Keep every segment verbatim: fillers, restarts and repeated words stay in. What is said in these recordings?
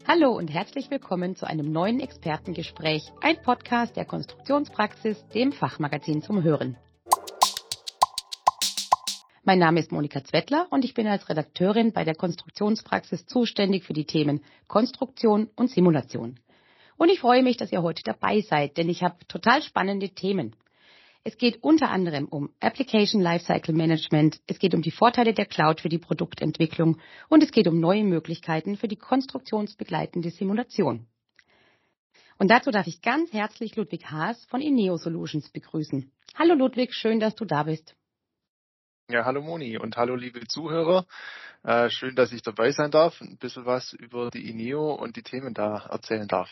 Hallo und herzlich willkommen zu einem neuen Expertengespräch, ein Podcast der Konstruktionspraxis, dem Fachmagazin zum Hören. Mein Name ist Monika Zwettler und ich bin als Redakteurin bei der Konstruktionspraxis zuständig für die Themen Konstruktion und Simulation. Und ich freue mich, dass ihr heute dabei seid, denn ich habe total spannende Themen. Es geht unter anderem um Application Lifecycle Management, es geht um die Vorteile der Cloud für die Produktentwicklung und es geht um neue Möglichkeiten für die konstruktionsbegleitende Simulation. Und dazu darf ich ganz herzlich Ludwig Haas von Ineo Solutions begrüßen. Hallo Ludwig, schön, dass du da bist. Ja, hallo Moni und hallo liebe Zuhörer. Äh, schön, dass ich dabei sein darf und ein bisschen was über die Ineo und die Themen da erzählen darf.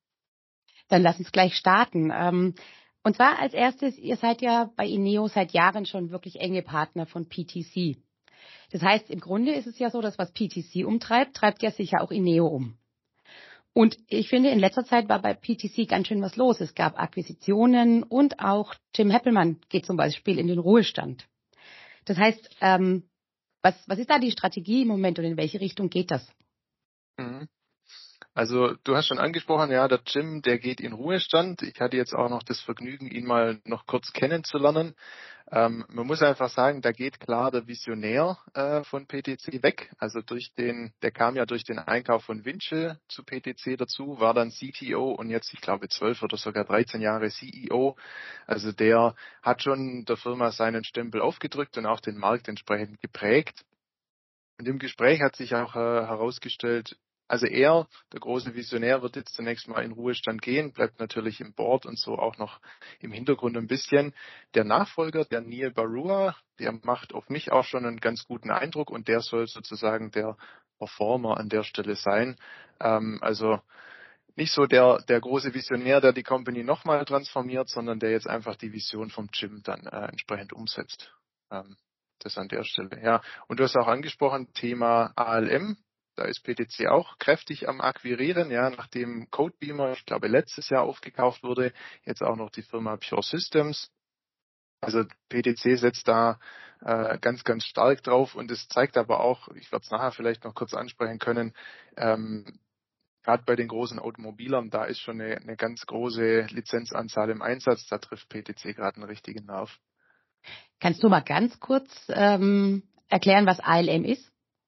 Dann lass uns gleich starten. Ähm, Und zwar als erstes, ihr seid ja bei Ineo seit Jahren schon wirklich enge Partner von P T C. Das heißt, im Grunde ist es ja so, dass was P T C umtreibt, treibt ja sicher auch Ineo um. Und ich finde, in letzter Zeit war bei P T C ganz schön was los. Es gab Akquisitionen und auch Jim Heppelmann geht zum Beispiel in den Ruhestand. Das heißt, ähm, was, was ist da die Strategie im Moment und in welche Richtung geht das? Mhm. Also du hast schon angesprochen, ja, der Jim, der geht in Ruhestand. Ich hatte jetzt auch noch das Vergnügen, ihn mal noch kurz kennenzulernen. Ähm, man muss einfach sagen, da geht klar der Visionär äh, von P T C weg. Also durch den, der kam ja durch den Einkauf von Winchell zu P T C dazu, war dann C T O und jetzt, ich glaube, zwölf oder sogar dreizehn Jahre C E O. Also der hat schon der Firma seinen Stempel aufgedrückt und auch den Markt entsprechend geprägt. Und im Gespräch hat sich auch äh, herausgestellt, also er, der große Visionär, wird jetzt zunächst mal in Ruhestand gehen, bleibt natürlich im Board und so auch noch im Hintergrund ein bisschen. Der Nachfolger, der Neil Barua, der macht auf mich auch schon einen ganz guten Eindruck und der soll sozusagen der Performer an der Stelle sein. Ähm, also nicht so der, der große Visionär, der die Company nochmal transformiert, sondern der jetzt einfach die Vision vom Jim dann äh, entsprechend umsetzt. Ähm, das an der Stelle, ja. Und du hast auch angesprochen, Thema A L M. Da ist P T C auch kräftig am Akquirieren, ja, nachdem Codebeamer, ich glaube, letztes Jahr aufgekauft wurde, jetzt auch noch die Firma Pure Systems. Also P T C setzt da äh, ganz, ganz stark drauf und es zeigt aber auch, ich werde es nachher vielleicht noch kurz ansprechen können, ähm, gerade bei den großen Automobilern, da ist schon eine, eine ganz große Lizenzanzahl im Einsatz, da trifft P T C gerade einen richtigen Nerv. Kannst du mal ganz kurz ähm, erklären, was A L M ist?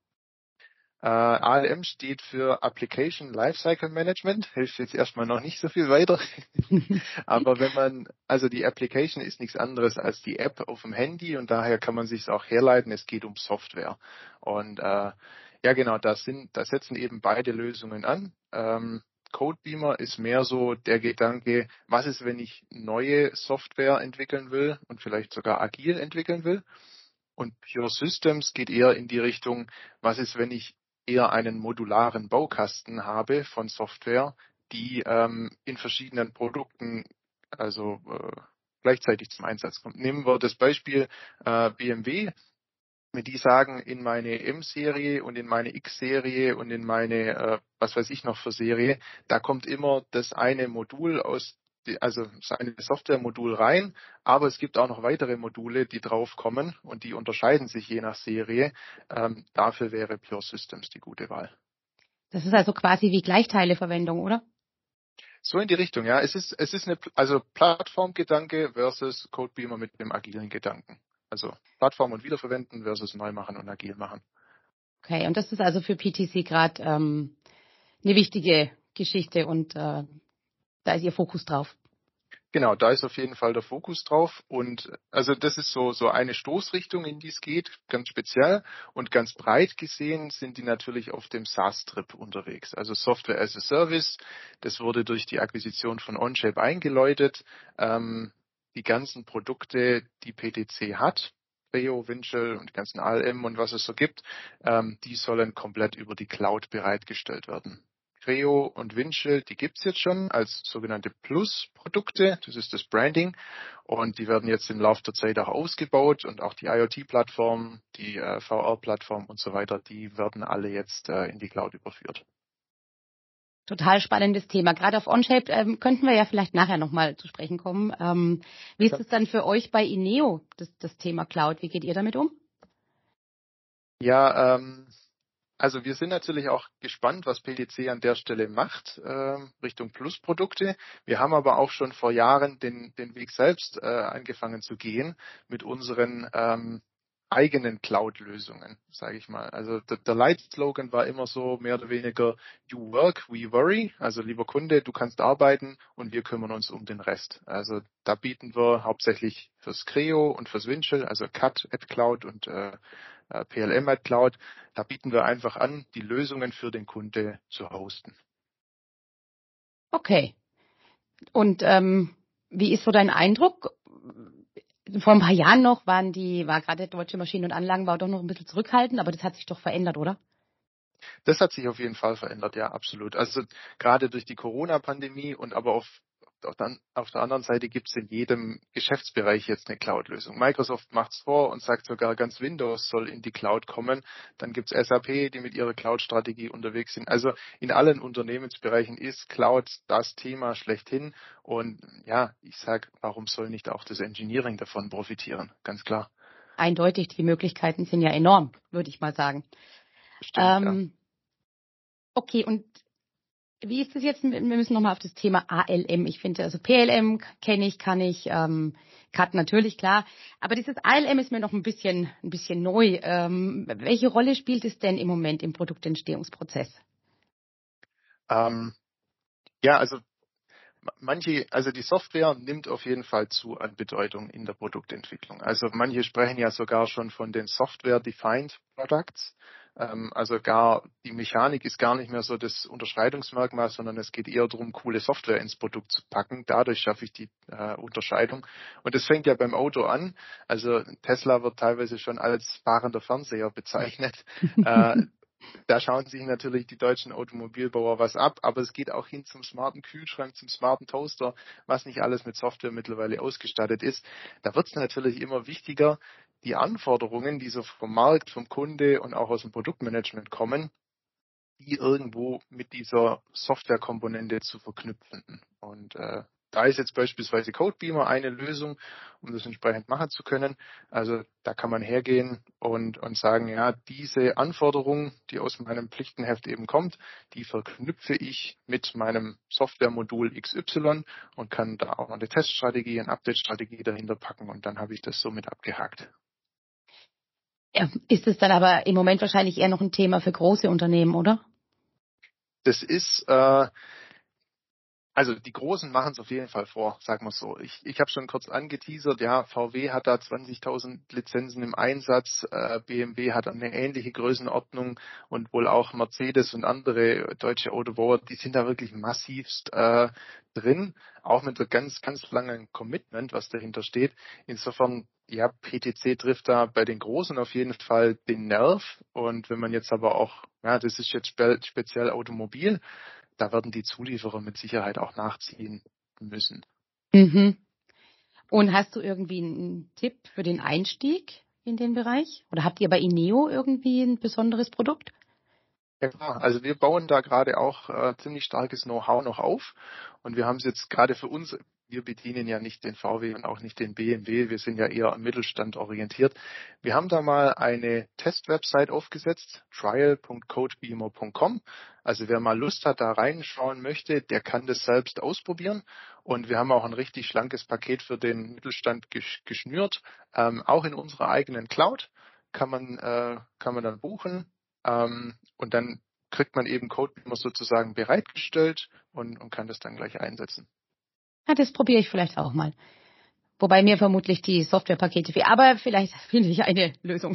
Äh, A L M steht für Application Lifecycle Management, hilft jetzt erstmal noch nicht so viel weiter. Aber wenn man, also die Application ist nichts anderes als die App auf dem Handy und daher kann man sich es auch herleiten, es geht um Software. Und äh, ja genau, das sind, da setzen eben beide Lösungen an. Ähm, Codebeamer ist mehr so der Gedanke, was ist, wenn ich neue Software entwickeln will und vielleicht sogar agil entwickeln will. Und Pure Systems geht eher in die Richtung, was ist, wenn ich eher einen modularen Baukasten habe von Software, die ähm, in verschiedenen Produkten also äh, gleichzeitig zum Einsatz kommt. Nehmen wir das Beispiel äh, B M W. Wenn die sagen, in meine M-Serie und in meine X-Serie und in meine, äh, was weiß ich noch für Serie, da kommt immer das eine Modul aus, die, also ein Software-Modul rein, aber es gibt auch noch weitere Module, die draufkommen und die unterscheiden sich je nach Serie. Ähm, dafür wäre Pure Systems die gute Wahl. Das ist also quasi wie Gleichteileverwendung, oder? So in die Richtung, ja. Es ist, es ist eine, also Plattformgedanke versus Codebeamer mit dem agilen Gedanken. Also Plattform und wiederverwenden versus neu machen und agil machen. Okay, und das ist also für P T C gerade ähm, eine wichtige Geschichte und äh, da ist Ihr Fokus drauf. Genau, da ist auf jeden Fall der Fokus drauf und also das ist so so eine Stoßrichtung, in die es geht, ganz speziell und ganz breit gesehen sind die natürlich auf dem SaaS-Trip unterwegs, also Software as a Service. Das wurde durch die Akquisition von Onshape eingeläutet. Ähm, die ganzen Produkte, die P T C hat, Creo, Winchell und die ganzen A L M und was es so gibt, ähm, die sollen komplett über die Cloud bereitgestellt werden. Creo und Winchell, die gibt's jetzt schon als sogenannte Plus-Produkte. Das ist das Branding. Und die werden jetzt im Laufe der Zeit auch ausgebaut. Und auch die IoT-Plattform, die äh, V R-Plattform und so weiter, die werden alle jetzt äh, in die Cloud überführt. Total spannendes Thema. Gerade auf Onshape ähm, könnten wir ja vielleicht nachher nochmal zu sprechen kommen. Ähm, wie ist es dann für euch bei Ineo, das, das Thema Cloud? Wie geht ihr damit um? Ja, ähm, Also wir sind natürlich auch gespannt, was P T C an der Stelle macht, äh, Richtung Plusprodukte. Wir haben aber auch schon vor Jahren den, den Weg selbst äh, angefangen zu gehen mit unseren ähm, eigenen Cloud-Lösungen, sage ich mal. Also der, der Leitslogan war immer so mehr oder weniger You work, we worry. Also lieber Kunde, du kannst arbeiten und wir kümmern uns um den Rest. Also da bieten wir hauptsächlich fürs Creo und fürs Windchill, also C A D at Cloud und äh, P L M at Cloud. Da bieten wir einfach an, die Lösungen für den Kunde zu hosten. Okay. Und ähm, wie ist so dein Eindruck? Vor ein paar Jahren noch waren die, war gerade der Deutsche Maschinen- und Anlagenbau doch noch ein bisschen zurückhaltend, aber das hat sich doch verändert, oder? Das hat sich auf jeden Fall verändert, ja, absolut. Also gerade durch die Corona-Pandemie und aber auf, auf, der, auf der anderen Seite gibt es in jedem Geschäftsbereich jetzt eine Cloud-Lösung. Microsoft macht's vor und sagt sogar, ganz Windows soll in die Cloud kommen. Dann gibt's S A P, die mit ihrer Cloud-Strategie unterwegs sind. Also in allen Unternehmensbereichen ist Cloud das Thema schlechthin. Und ja, ich sage, warum soll nicht auch das Engineering davon profitieren? Ganz klar. Eindeutig, die Möglichkeiten sind ja enorm, würde ich mal sagen. Stimmt, ja. Ähm, okay, und wie ist das jetzt? Wir müssen nochmal auf das Thema A L M. Ich finde, also P L M kenne ich, kann ich, ähm, C A D natürlich, klar. Aber dieses A L M ist mir noch ein bisschen, ein bisschen neu. Ähm, welche Rolle spielt es denn im Moment im Produktentstehungsprozess? Ähm, ja, also Manche, also die Software nimmt auf jeden Fall zu an Bedeutung in der Produktentwicklung. Also manche sprechen ja sogar schon von den Software-Defined Products. Ähm, also gar die Mechanik ist gar nicht mehr so das Unterscheidungsmerkmal, sondern es geht eher darum, coole Software ins Produkt zu packen. Dadurch schaffe ich die äh, Unterscheidung. Und das fängt ja beim Auto an. Also Tesla wird teilweise schon als fahrender Fernseher bezeichnet. Äh, Da schauen sich natürlich die deutschen Automobilbauer was ab, aber es geht auch hin zum smarten Kühlschrank, zum smarten Toaster, was nicht alles mit Software mittlerweile ausgestattet ist. Da wird es natürlich immer wichtiger, die Anforderungen, die so vom Markt, vom Kunde und auch aus dem Produktmanagement kommen, die irgendwo mit dieser Softwarekomponente zu verknüpfen. Und äh, da ist jetzt beispielsweise Codebeamer eine Lösung, um das entsprechend machen zu können. Also da kann man hergehen und, und sagen, ja, diese Anforderung, die aus meinem Pflichtenheft eben kommt, die verknüpfe ich mit meinem Softwaremodul X Y und kann da auch noch eine Teststrategie, eine Update-Strategie dahinter packen und dann habe ich das somit abgehakt. Ja, ist es dann aber im Moment wahrscheinlich eher noch ein Thema für große Unternehmen, oder? Das ist äh, Also die Großen machen es auf jeden Fall vor, sagen wir so. Ich, ich habe schon kurz angeteasert, ja, V W hat da zwanzigtausend Lizenzen im Einsatz, äh, B M W hat eine ähnliche Größenordnung und wohl auch Mercedes und andere deutsche Autobauer, die sind da wirklich massivst äh, drin, auch mit einem ganz, ganz langen Commitment, was dahinter steht. Insofern, ja, P T C trifft da bei den Großen auf jeden Fall den Nerv und wenn man jetzt aber auch, ja, das ist jetzt spe speziell Automobil, da werden die Zulieferer mit Sicherheit auch nachziehen müssen. Mhm. Und hast du irgendwie einen Tipp für den Einstieg in den Bereich? Oder habt ihr bei Ineo irgendwie ein besonderes Produkt? Ja klar, also wir bauen da gerade auch äh, ziemlich starkes Know-how noch auf und wir haben es jetzt gerade für uns, wir bedienen ja nicht den V W und auch nicht den B M W, wir sind ja eher am Mittelstand orientiert. Wir haben da mal eine Test-Website aufgesetzt, trial punkt codebeamer punkt com. Also wer mal Lust hat, da reinschauen möchte, der kann das selbst ausprobieren und wir haben auch ein richtig schlankes Paket für den Mittelstand gesch geschnürt, ähm, auch in unserer eigenen Cloud kann man, äh, kann man dann buchen. Ähm, und dann kriegt man eben Codebeamer sozusagen bereitgestellt und, und kann das dann gleich einsetzen. Ja, das probiere ich vielleicht auch mal. Wobei mir vermutlich die Softwarepakete fehlen. Aber vielleicht finde ich eine Lösung.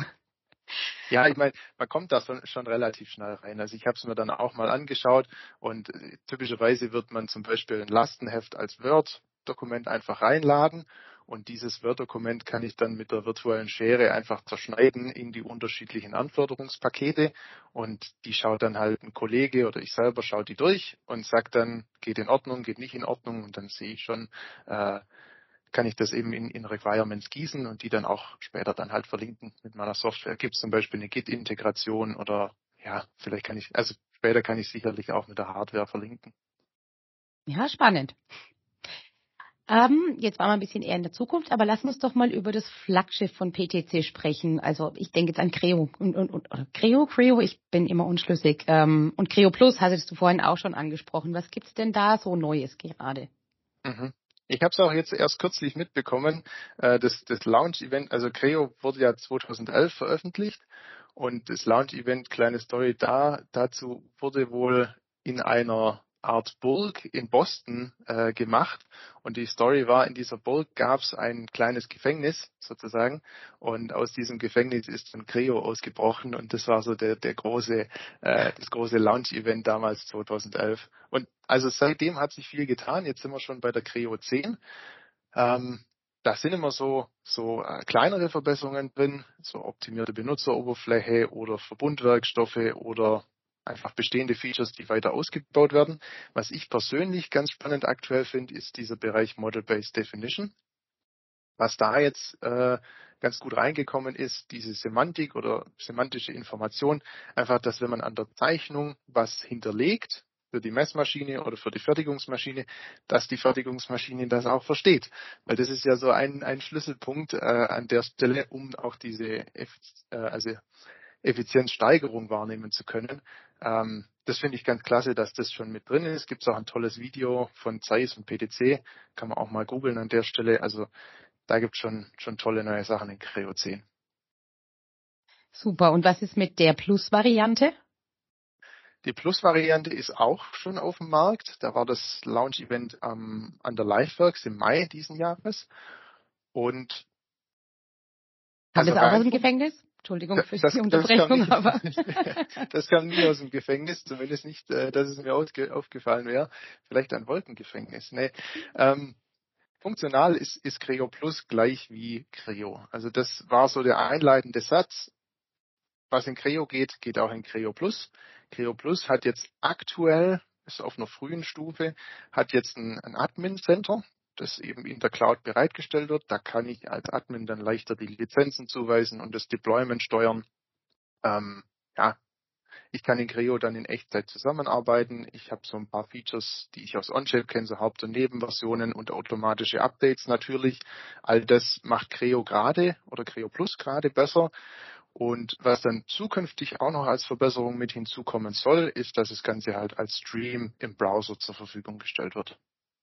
Ja, ich meine, man kommt da schon, schon relativ schnell rein. Also ich habe es mir dann auch mal angeschaut und äh, typischerweise wird man zum Beispiel ein Lastenheft als Word-Dokument einfach reinladen und dieses Word-Dokument kann ich dann mit der virtuellen Schere einfach zerschneiden in die unterschiedlichen Anforderungspakete und die schaut dann halt ein Kollege oder ich selber schaue die durch und sagt dann, geht in Ordnung, geht nicht in Ordnung und dann sehe ich schon, äh, kann ich das eben in, in Requirements gießen und die dann auch später dann halt verlinken mit meiner Software. Gibt es zum Beispiel eine Git-Integration oder ja, vielleicht kann ich, also später kann ich sicherlich auch mit der Hardware verlinken. Ja, spannend. Ähm, jetzt waren wir ein bisschen eher in der Zukunft, aber lass uns doch mal über das Flaggschiff von P T C sprechen. Also ich denke jetzt an Creo und, und, und oder Creo, Creo, ich bin immer unschlüssig. Ähm, und Creo Plus hattest du vorhin auch schon angesprochen. Was gibt's denn da so Neues gerade? Mhm. Ich habe es auch jetzt erst kürzlich mitbekommen, äh, das, das Launch-Event, also Creo wurde ja zweitausendelf veröffentlicht und das Launch-Event, kleine Story da, dazu wurde wohl in einer Art Burg in Boston äh, gemacht und die Story war, in dieser Burg gab es ein kleines Gefängnis sozusagen und aus diesem Gefängnis ist dann Creo ausgebrochen und das war so der, der große, äh, das große Launch-Event damals zweitausendelf. Und also seitdem hat sich viel getan. Jetzt sind wir schon bei der Creo zehn. Ähm, da sind immer so, so äh, kleinere Verbesserungen drin, so optimierte Benutzeroberfläche oder Verbundwerkstoffe oder einfach bestehende Features, die weiter ausgebaut werden. Was ich persönlich ganz spannend aktuell finde, ist dieser Bereich Model-Based Definition. Was da jetzt äh, ganz gut reingekommen ist, diese Semantik oder semantische Information, einfach, dass wenn man an der Zeichnung was hinterlegt, für die Messmaschine oder für die Fertigungsmaschine, dass die Fertigungsmaschine das auch versteht. Weil das ist ja so ein, ein Schlüsselpunkt äh, an der Stelle, um auch diese Effiz äh, also Effizienzsteigerung wahrnehmen zu können. Ähm, das finde ich ganz klasse, dass das schon mit drin ist. Gibt es auch ein tolles Video von Zeiss und P T C, kann man auch mal googeln an der Stelle. Also da gibt es schon, schon tolle neue Sachen in Creo zehn. Super. Und was ist mit der Plus-Variante? Die Plus-Variante ist auch schon auf dem Markt. Da war das Launch-Event ähm, an der Liveworks im Mai diesen Jahres. Und Kam also das auch aus rein dem vom, Gefängnis? Entschuldigung für das, die das kam Unterbrechung, nicht, aber das kam nie aus dem Gefängnis, zumindest nicht, äh, dass es mir ausge, aufgefallen wäre. Vielleicht ein Wolkengefängnis. Nee. Ähm, funktional ist, ist Creo Plus gleich wie Creo. Also das war so der einleitende Satz. Was in Creo geht, geht auch in Creo Plus. Creo Plus hat jetzt aktuell, ist auf einer frühen Stufe, hat jetzt ein, ein Admin Center, das eben in der Cloud bereitgestellt wird. Da kann ich als Admin dann leichter die Lizenzen zuweisen und das Deployment steuern. Ähm, ja, ich kann in Creo dann in Echtzeit zusammenarbeiten. Ich habe so ein paar Features, die ich aus OnShape kenne, so Haupt- und Nebenversionen und automatische Updates natürlich. All das macht Creo gerade oder Creo Plus gerade besser. Und was dann zukünftig auch noch als Verbesserung mit hinzukommen soll, ist, dass das Ganze halt als Stream im Browser zur Verfügung gestellt wird.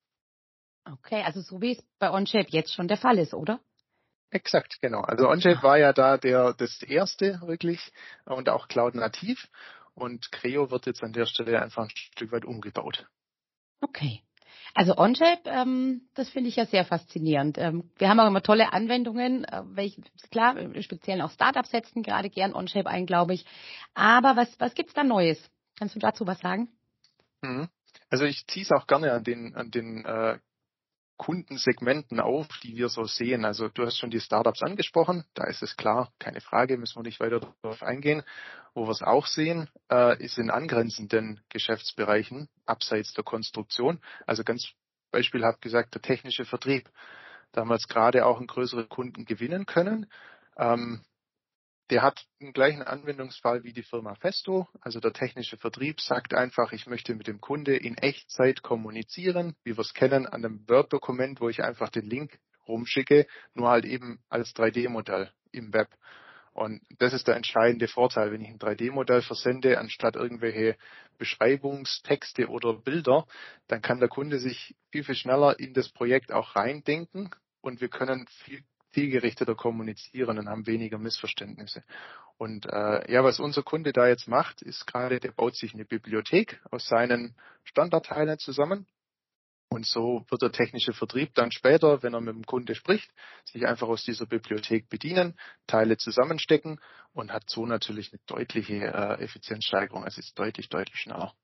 okay, also so wie es bei OnShape jetzt schon der Fall ist, oder? Exakt, genau. Also OnShape Ah, war ja da der das erste wirklich und auch Cloud nativ. Und Creo wird jetzt an der Stelle einfach ein Stück weit umgebaut. okay. Also OnShape, ähm, das finde ich ja sehr faszinierend. Ähm, wir haben auch immer tolle Anwendungen, äh, welche, klar, im Speziellen auch Startups setzen gerade gern OnShape ein, glaube ich. Aber was, was gibt's da Neues? Kannst du dazu was sagen? Mhm. Also ich ziehe es auch gerne an den an den äh, Kundensegmenten auf, die wir so sehen. Also du hast schon die Startups angesprochen, da ist es klar, keine Frage, müssen wir nicht weiter darauf eingehen. Wo wir es auch sehen, äh, ist in angrenzenden Geschäftsbereichen, abseits der Konstruktion. Also ganz beispielhaft gesagt, der technische Vertrieb. Da haben wir jetzt gerade auch einen größeren Kunden gewinnen können. Ähm, Der hat den gleichen Anwendungsfall wie die Firma Festo. Also der technische Vertrieb sagt einfach, ich möchte mit dem Kunde in Echtzeit kommunizieren, wie wir es kennen, an einem Word-Dokument, wo ich einfach den Link rumschicke, nur halt eben als drei D-Modell im Web. Und das ist der entscheidende Vorteil, wenn ich ein drei D-Modell versende, anstatt irgendwelche Beschreibungstexte oder Bilder, dann kann der Kunde sich viel, viel schneller in das Projekt auch reindenken und wir können viel zielgerichteter kommunizieren und haben weniger Missverständnisse. Und äh, ja, was unser Kunde da jetzt macht, ist gerade, der baut sich eine Bibliothek aus seinen Standardteilen zusammen. Und so wird der technische Vertrieb dann später, wenn er mit dem Kunde spricht, sich einfach aus dieser Bibliothek bedienen, Teile zusammenstecken und hat so natürlich eine deutliche äh, Effizienzsteigerung. Also es ist deutlich, deutlich schneller.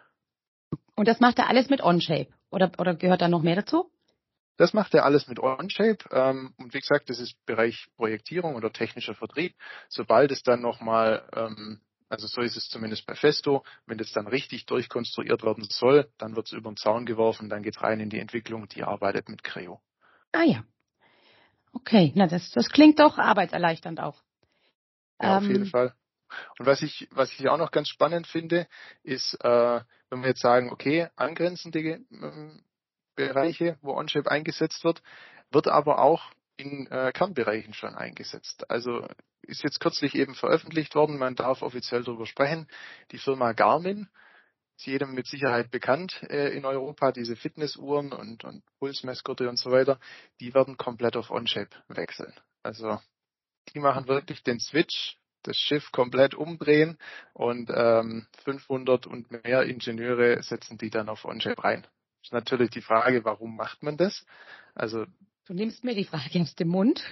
Und das macht er alles mit OnShape? Oder, oder gehört da noch mehr dazu? Das macht er alles mit OnShape. Ähm, und wie gesagt, das ist Bereich Projektierung oder technischer Vertrieb. Sobald es dann nochmal, ähm, also so ist es zumindest bei Festo, wenn das dann richtig durchkonstruiert werden soll, dann wird es über den Zaun geworfen, dann geht es rein in die Entwicklung, die arbeitet mit Creo. Ah ja, okay. Na, das, das klingt doch arbeitserleichternd auch. Ja, auf jeden Ähm, Fall. Und was ich, was ich auch noch ganz spannend finde, ist, äh, wenn wir jetzt sagen, okay, angrenzende ähm, Bereiche, wo On-Chip eingesetzt wird, wird aber auch in äh, Kernbereichen schon eingesetzt. Also ist jetzt kürzlich eben veröffentlicht worden, man darf offiziell darüber sprechen, die Firma Garmin, ist jedem mit Sicherheit bekannt äh, in Europa, diese Fitnessuhren und, und Pulsmessgurte und so weiter, die werden komplett auf On-Chip wechseln. Also die machen wirklich den Switch, das Schiff komplett umdrehen und ähm, fünfhundert und mehr Ingenieure setzen die dann auf On-Chip rein. Ist natürlich die Frage, warum macht man das? Also Du nimmst mir die Frage aus dem Mund.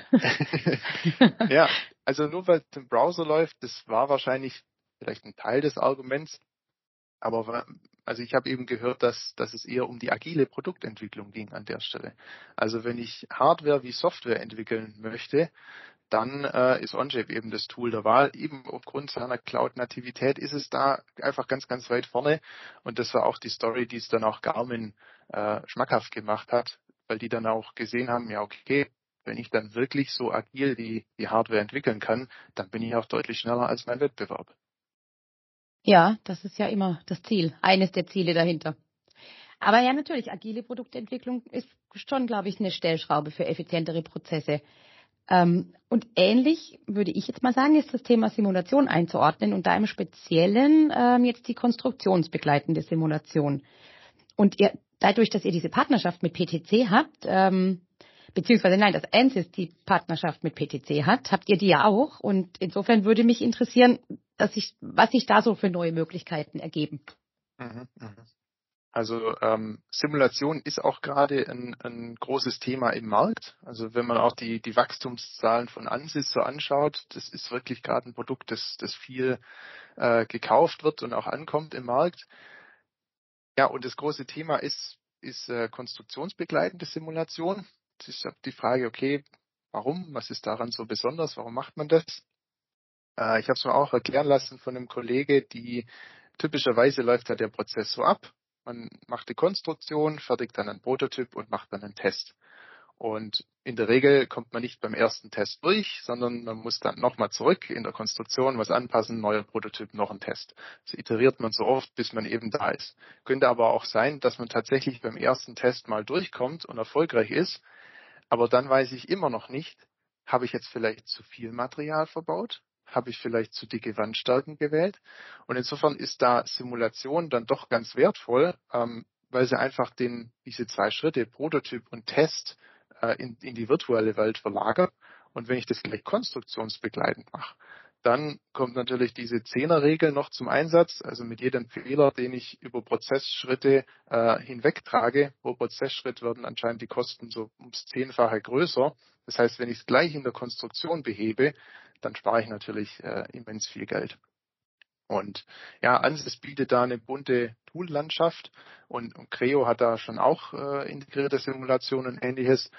ja, also nur weil es im Browser läuft, das war wahrscheinlich vielleicht ein Teil des Arguments, aber also ich habe eben gehört, dass, dass es eher um die agile Produktentwicklung ging an der Stelle. Also wenn ich Hardware wie Software entwickeln möchte, dann äh, ist OnChip eben das Tool der Wahl. Eben aufgrund seiner Cloud-Nativität ist es da einfach ganz, ganz weit vorne. Und das war auch die Story, die es dann auch Garmin äh, schmackhaft gemacht hat, weil die dann auch gesehen haben, ja okay, wenn ich dann wirklich so agil die, die Hardware entwickeln kann, dann bin ich auch deutlich schneller als mein Wettbewerb. Ja, das ist ja immer das Ziel, eines der Ziele dahinter. Aber ja, natürlich, agile Produktentwicklung ist schon, glaube ich, eine Stellschraube für effizientere Prozesse. Ähm, und ähnlich würde ich jetzt mal sagen, ist das Thema Simulation einzuordnen und da im Speziellen ähm, jetzt die konstruktionsbegleitende Simulation. Und ihr, dadurch, dass ihr diese Partnerschaft mit P T C habt, ähm, beziehungsweise nein, dass Ansys die Partnerschaft mit P T C hat, habt ihr die ja auch. Und insofern würde mich interessieren, dass ich, was sich da so für neue Möglichkeiten ergeben. Mhm, mh. Also ähm, Simulation ist auch gerade ein, ein großes Thema im Markt. Also wenn man auch die, die Wachstumszahlen von Ansys so anschaut, das ist wirklich gerade ein Produkt, das, das viel äh, gekauft wird und auch ankommt im Markt. Ja, und das große Thema ist, ist äh, konstruktionsbegleitende Simulation. Das ist die Frage, okay, warum? Was ist daran so besonders? Warum macht man das? Äh, ich habe es mir auch erklären lassen von einem Kollege, die typischerweise läuft ja der Prozess so ab. Man macht die Konstruktion, fertigt dann einen Prototyp und macht dann einen Test. Und in der Regel kommt man nicht beim ersten Test durch, sondern man muss dann nochmal zurück in der Konstruktion, was anpassen, neuer Prototyp, noch ein Test. So iteriert man so oft, bis man eben da ist. Könnte aber auch sein, dass man tatsächlich beim ersten Test mal durchkommt und erfolgreich ist, aber dann weiß ich immer noch nicht, habe ich jetzt vielleicht zu viel Material verbaut? Habe ich vielleicht zu dicke Wandstärken gewählt? Und insofern ist da Simulation dann doch ganz wertvoll, ähm, weil sie einfach den, diese zwei Schritte, Prototyp und Test, äh, in, in die virtuelle Welt verlagert. Und wenn ich das gleich konstruktionsbegleitend mache, dann kommt natürlich diese Zehner-Regel noch zum Einsatz. Also mit jedem Fehler, den ich über Prozessschritte äh, hinwegtrage, pro Prozessschritt werden anscheinend die Kosten so ums Zehnfache größer. Das heißt, wenn ich es gleich in der Konstruktion behebe, dann spare ich natürlich äh, immens viel Geld. Und ja, Ansys bietet da eine bunte Tool-Landschaft und, und Creo hat da schon auch äh, integrierte Simulationen und Ähnliches.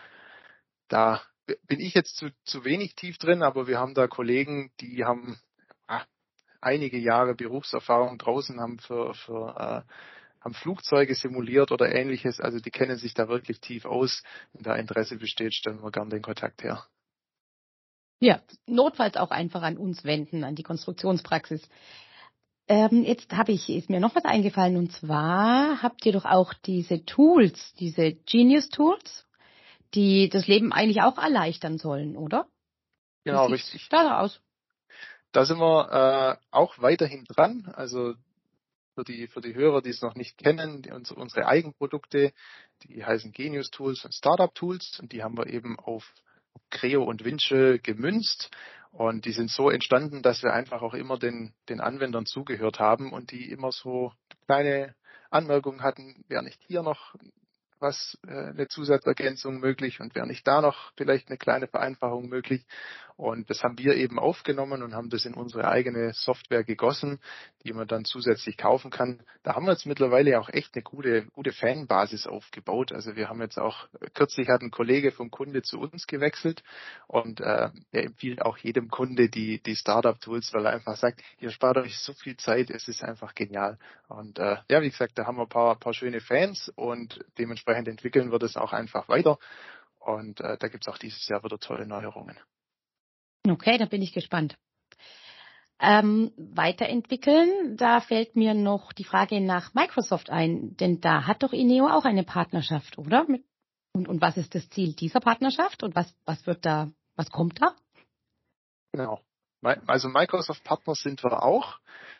Da bin ich jetzt zu, zu wenig tief drin, aber wir haben da Kollegen, die haben ah, einige Jahre Berufserfahrung draußen, haben für, für äh, haben Flugzeuge simuliert oder Ähnliches. Also die kennen sich da wirklich tief aus. Wenn da Interesse besteht, stellen wir gern den Kontakt her. Ja, notfalls auch einfach an uns wenden, an die Konstruktionspraxis. Ähm, jetzt habe ich, ist mir noch was eingefallen, und zwar habt ihr doch auch diese Tools, diese Genius Tools, die das Leben eigentlich auch erleichtern sollen, oder? Wie Genau, sieht's richtig. da aus? Da sind wir äh, auch weiterhin dran. Also für die, für die Hörer, die es noch nicht kennen, die, unsere, unsere Eigenprodukte, die heißen Genius Tools und Startup Tools, und die haben wir eben auf Creo und Windchill gemünzt. Und die sind so entstanden, dass wir einfach auch immer den, den Anwendern zugehört haben und die immer so kleine Anmerkungen hatten, wäre nicht hier noch was, äh, eine Zusatzergänzung möglich und wäre nicht da noch vielleicht eine kleine Vereinfachung möglich. Und das haben wir eben aufgenommen und haben das in unsere eigene Software gegossen, die man dann zusätzlich kaufen kann. Da haben wir jetzt mittlerweile auch echt eine gute, gute Fanbasis aufgebaut. Also wir haben jetzt auch, kürzlich hat ein Kollege vom Kunde zu uns gewechselt und äh, er empfiehlt auch jedem Kunde die, die Startup-Tools, weil er einfach sagt, ihr spart euch so viel Zeit, es ist einfach genial. Und äh, ja, wie gesagt, da haben wir ein paar, paar schöne Fans und dementsprechend entwickeln wir das auch einfach weiter. Und äh, da gibt es auch dieses Jahr wieder tolle Neuerungen. Okay, da bin ich gespannt. ähm, weiterentwickeln, da fällt mir noch die Frage nach Microsoft ein, denn da hat doch Ineo auch eine Partnerschaft, oder? Mit, und, und was ist das Ziel dieser Partnerschaft und was, was wird da, was kommt da? Genau. Also Microsoft-Partner sind wir auch.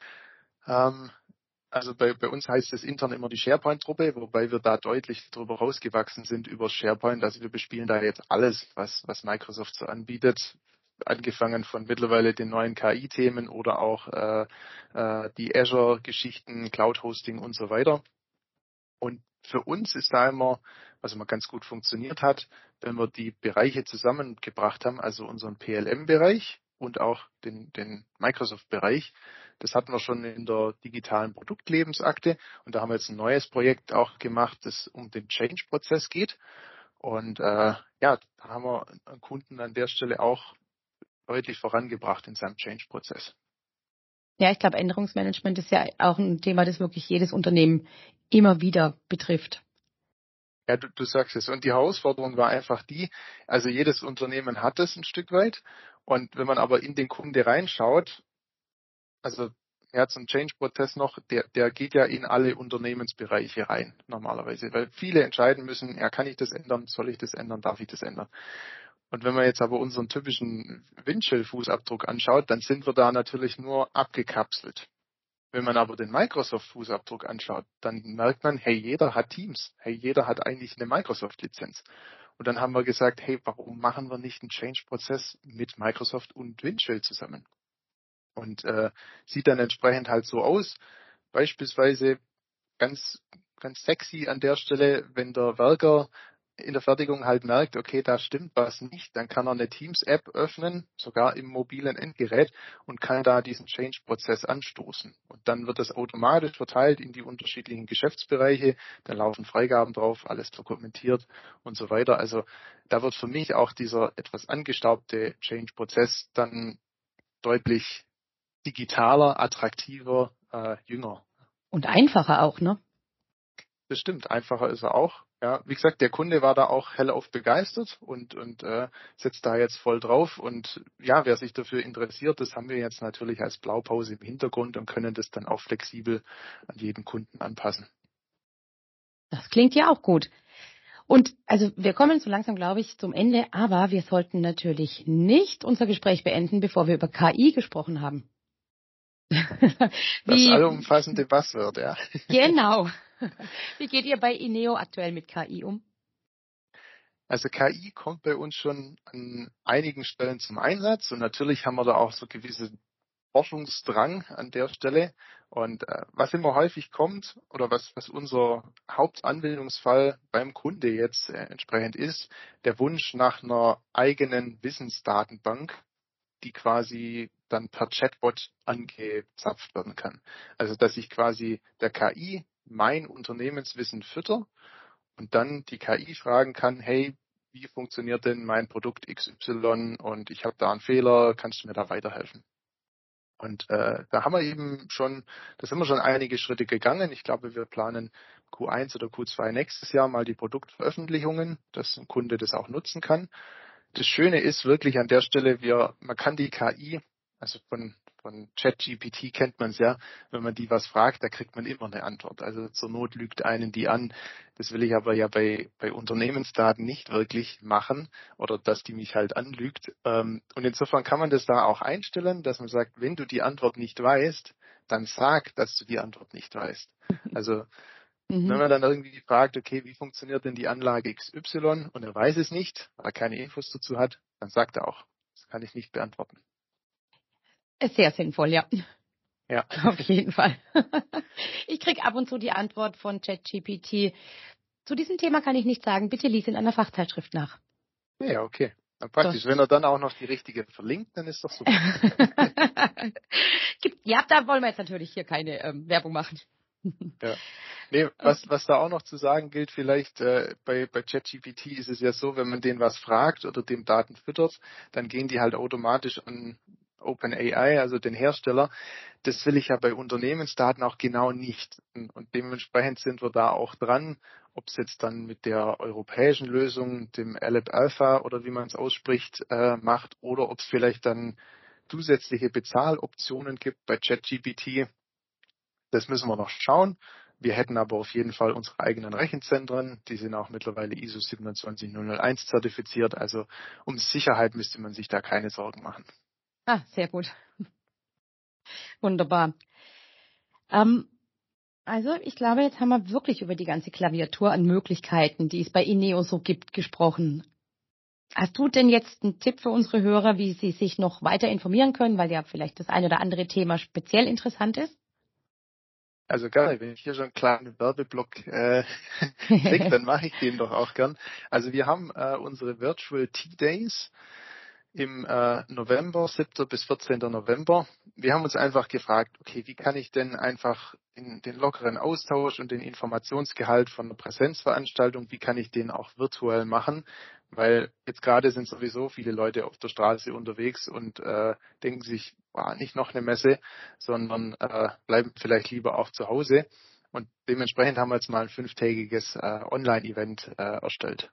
Ähm, also bei, bei uns heißt es intern immer die SharePoint-Truppe, wobei wir da deutlich drüber rausgewachsen sind über SharePoint. Also wir bespielen da jetzt alles, was, was Microsoft so anbietet, angefangen von mittlerweile den neuen K I-Themen oder auch äh, äh, die Azure-Geschichten, Cloud-Hosting und so weiter. Und für uns ist da immer, was immer ganz gut funktioniert hat, wenn wir die Bereiche zusammengebracht haben, also unseren P L M-Bereich und auch den, den Microsoft-Bereich. Das hatten wir schon in der digitalen Produktlebensakte und da haben wir jetzt ein neues Projekt auch gemacht, das um den Change-Prozess geht. Und äh, ja, da haben wir einen Kunden an der Stelle auch deutlich vorangebracht in seinem Change-Prozess. Ja, ich glaube, Änderungsmanagement ist ja auch ein Thema, das wirklich jedes Unternehmen immer wieder betrifft. Ja, du, du sagst es. Und die Herausforderung war einfach die, also jedes Unternehmen hat es ein Stück weit. Und wenn man aber in den Kunde reinschaut, also ja, zum Change-Prozess noch, der, der geht ja in alle Unternehmensbereiche rein, normalerweise. Weil viele entscheiden müssen, ja, kann ich das ändern, soll ich das ändern, darf ich das ändern? Und wenn man jetzt aber unseren typischen Windchill-Fußabdruck anschaut, dann sind wir da natürlich nur abgekapselt. Wenn man aber den Microsoft-Fußabdruck anschaut, dann merkt man, hey, jeder hat Teams, hey, jeder hat eigentlich eine Microsoft-Lizenz. Und dann haben wir gesagt, hey, warum machen wir nicht einen Change-Prozess mit Microsoft und Windchill zusammen? Und äh, sieht dann entsprechend halt so aus, beispielsweise ganz, ganz sexy an der Stelle, wenn der Werker in der Fertigung halt merkt, okay, da stimmt was nicht, dann kann er eine Teams-App öffnen, sogar im mobilen Endgerät und kann da diesen Change-Prozess anstoßen. Und dann wird das automatisch verteilt in die unterschiedlichen Geschäftsbereiche, da laufen Freigaben drauf, alles dokumentiert und so weiter. Also da wird für mich auch dieser etwas angestaubte Change-Prozess dann deutlich digitaler, attraktiver, äh, jünger. Und einfacher auch, ne? Das stimmt, einfacher ist er auch. Ja, wie gesagt, der Kunde war da auch hellauf begeistert und, und äh, setzt da jetzt voll drauf. Und ja, wer sich dafür interessiert, das haben wir jetzt natürlich als Blaupause im Hintergrund und können das dann auch flexibel an jeden Kunden anpassen. Das klingt ja auch gut. Und also wir kommen so langsam, glaube ich, zum Ende, aber wir sollten natürlich nicht unser Gespräch beenden, bevor wir über K I gesprochen haben. Das Wie, allumfassende Buzzword, ja. genau. Wie geht ihr bei Ineo aktuell mit K I um? Also K I kommt bei uns schon an einigen Stellen zum Einsatz und natürlich haben wir da auch so gewisse Forschungsdrang an der Stelle. Und äh, was immer häufig kommt oder was, was unser Hauptanwendungsfall beim Kunde jetzt äh, entsprechend ist, der Wunsch nach einer eigenen Wissensdatenbank, die quasi dann per Chatbot angezapft werden kann. Also dass ich quasi der K I mein Unternehmenswissen fütter und dann die K I fragen kann, hey, wie funktioniert denn mein Produkt X Y und ich habe da einen Fehler, kannst du mir da weiterhelfen? Und äh, da haben wir eben schon, da sind wir schon einige Schritte gegangen. Ich glaube, wir planen Q eins oder Q zwei nächstes Jahr mal die Produktveröffentlichungen, dass ein Kunde das auch nutzen kann. Das Schöne ist wirklich an der Stelle, wir, man kann die K I, also von, von ChatGPT kennt man es ja, wenn man die was fragt, da kriegt man immer eine Antwort. Also zur Not lügt einen die an. Das will ich aber ja bei, bei Unternehmensdaten nicht wirklich machen oder dass die mich halt anlügt. Und insofern kann man das da auch einstellen, dass man sagt, wenn du die Antwort nicht weißt, dann sag, dass du die Antwort nicht weißt. Also Mhm. wenn man dann irgendwie fragt, okay, wie funktioniert denn die Anlage X Y und er weiß es nicht, weil er keine Infos dazu hat, dann sagt er auch, das kann ich nicht beantworten. Ist sehr sinnvoll, ja. Ja. Auf jeden Fall. Ich kriege ab und zu die Antwort von ChatGPT. Zu diesem Thema kann ich nicht sagen, bitte lies in einer Fachzeitschrift nach. Ja, okay. Dann praktisch. Das Wenn er dann auch noch die richtige verlinkt, dann ist doch super. Gibt, ja, da wollen wir jetzt natürlich hier keine ähm, Werbung machen. Ja. Nee, was, was da auch noch zu sagen gilt, vielleicht äh, bei, bei ChatGPT ist es ja so, wenn man den was fragt oder dem Daten füttert, dann gehen die halt automatisch an OpenAI, also den Hersteller. Das will ich ja bei Unternehmensdaten auch genau nicht. Und dementsprechend sind wir da auch dran, ob es jetzt dann mit der europäischen Lösung, dem Aleph Alpha oder wie man es ausspricht, äh, macht, oder ob es vielleicht dann zusätzliche Bezahloptionen gibt bei ChatGPT. Das müssen wir noch schauen. Wir hätten aber auf jeden Fall unsere eigenen Rechenzentren. Die sind auch mittlerweile I S O siebenundzwanzig null null eins zertifiziert. Also um Sicherheit müsste man sich da keine Sorgen machen. Ah, sehr gut. Wunderbar. Ähm, also ich glaube, jetzt haben wir wirklich über die ganze Klaviatur an Möglichkeiten, die es bei Ineo so gibt, gesprochen. Hast du denn jetzt einen Tipp für unsere Hörer, wie sie sich noch weiter informieren können, weil ja vielleicht das ein oder andere Thema speziell interessant ist? Also gerne, wenn ich hier schon einen kleinen Werbeblock äh, kriege, dann mache ich den doch auch gern. Also wir haben äh, unsere Virtual Tea Days im äh, November, siebten bis vierzehnten November. Wir haben uns einfach gefragt, okay, wie kann ich denn einfach in den lockeren Austausch und den Informationsgehalt von einer Präsenzveranstaltung, wie kann ich den auch virtuell machen? Weil jetzt gerade sind sowieso viele Leute auf der Straße unterwegs und äh, denken sich, ah, nicht noch eine Messe, sondern äh, bleiben vielleicht lieber auch zu Hause. Und dementsprechend haben wir jetzt mal ein fünftägiges äh, Online-Event äh, erstellt.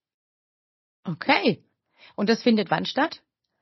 Okay. Und das findet wann statt?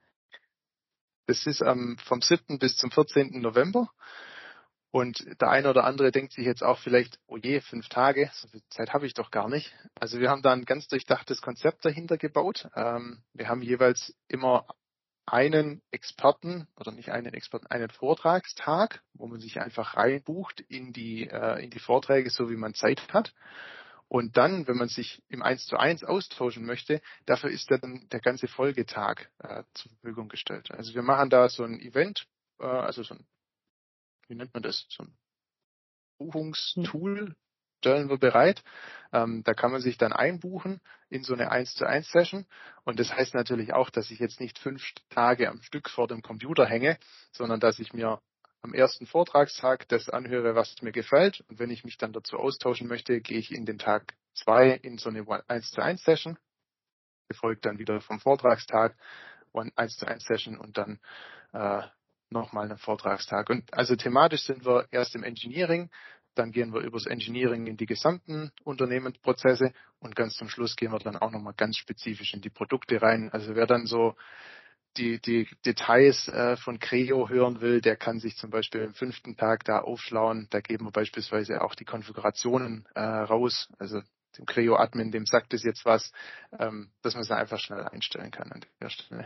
Das ist ähm, vom siebten bis zum vierzehnten November. Und der eine oder andere denkt sich jetzt auch vielleicht, oh je, fünf Tage, so viel Zeit habe ich doch gar nicht. Also wir haben da ein ganz durchdachtes Konzept dahinter gebaut. Ähm, wir haben jeweils immer einen Experten oder nicht einen Experten, einen Vortragstag, wo man sich einfach reinbucht in die, äh, in die Vorträge, so wie man Zeit hat. Und dann, wenn man sich im Eins zu eins austauschen möchte, dafür ist dann der ganze Folgetag äh, zur Verfügung gestellt. Also wir machen da so ein Event, äh, also so ein, wie nennt man das, so ein Buchungstool stellen wir bereit. Ähm, da kann man sich dann einbuchen in so eine Eins zu eins Session. Und das heißt natürlich auch, dass ich jetzt nicht fünf Tage am Stück vor dem Computer hänge, sondern dass ich mir am ersten Vortragstag das anhöre, was mir gefällt. Und wenn ich mich dann dazu austauschen möchte, gehe ich in den Tag zwei in so eine Eins zu eins Session, gefolgt dann wieder vom Vortragstag, Eins zu eins Session und dann äh, nochmal einen Vortragstag. Und also thematisch sind wir erst im Engineering, dann gehen wir übers Engineering in die gesamten Unternehmensprozesse und ganz zum Schluss gehen wir dann auch nochmal ganz spezifisch in die Produkte rein. Also wer dann so die, die Details äh, von Creo hören will, der kann sich zum Beispiel im fünften Tag da aufschlauen. Da geben wir beispielsweise auch die Konfigurationen äh, raus. Also dem Creo-Admin, dem sagt es jetzt was, ähm, dass man es einfach schnell einstellen kann an der Stelle.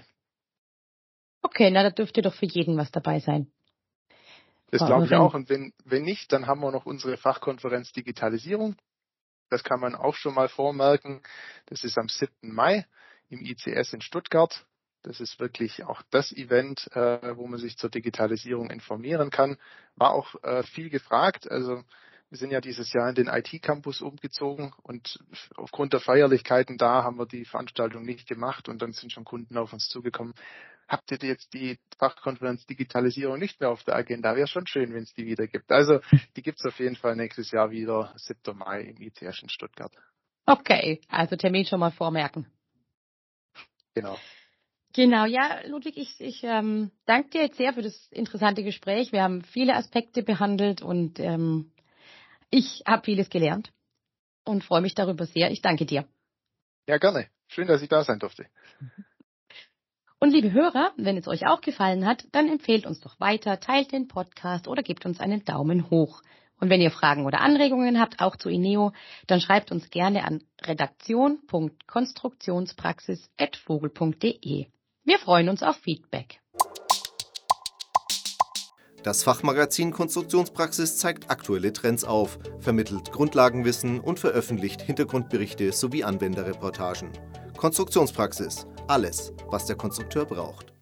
Okay, na, da dürfte doch für jeden was dabei sein. Das glaube ich auch. Und wenn, wenn nicht, dann haben wir noch unsere Fachkonferenz Digitalisierung. Das kann man auch schon mal vormerken. Das ist am siebten Mai im I C S in Stuttgart. Das ist wirklich auch das Event, äh, wo man sich zur Digitalisierung informieren kann. War auch äh, viel gefragt. Also wir sind ja dieses Jahr in den I T-Campus umgezogen und aufgrund der Feierlichkeiten da haben wir die Veranstaltung nicht gemacht und dann sind schon Kunden auf uns zugekommen. Habt ihr jetzt die Fachkonferenz Digitalisierung nicht mehr auf der Agenda? Wäre schon schön, wenn es die wieder gibt. Also die gibt es auf jeden Fall nächstes Jahr wieder, siebten Mai im I C S in Stuttgart. Okay, also Termin schon mal vormerken. Genau. Genau, ja, Ludwig, ich, ich ähm, danke dir jetzt sehr für das interessante Gespräch. Wir haben viele Aspekte behandelt und ähm, ich habe vieles gelernt und freue mich darüber sehr. Ich danke dir. Ja, gerne. Schön, dass ich da sein durfte. Und liebe Hörer, wenn es euch auch gefallen hat, dann empfehlt uns doch weiter, teilt den Podcast oder gebt uns einen Daumen hoch. Und wenn ihr Fragen oder Anregungen habt, auch zu Ineo, dann schreibt uns gerne an redaktion punkt konstruktionspraxis at vogel punkt de. Wir freuen uns auf Feedback. Das Fachmagazin Konstruktionspraxis zeigt aktuelle Trends auf, vermittelt Grundlagenwissen und veröffentlicht Hintergrundberichte sowie Anwenderreportagen. Konstruktionspraxis. Alles, was der Konstrukteur braucht.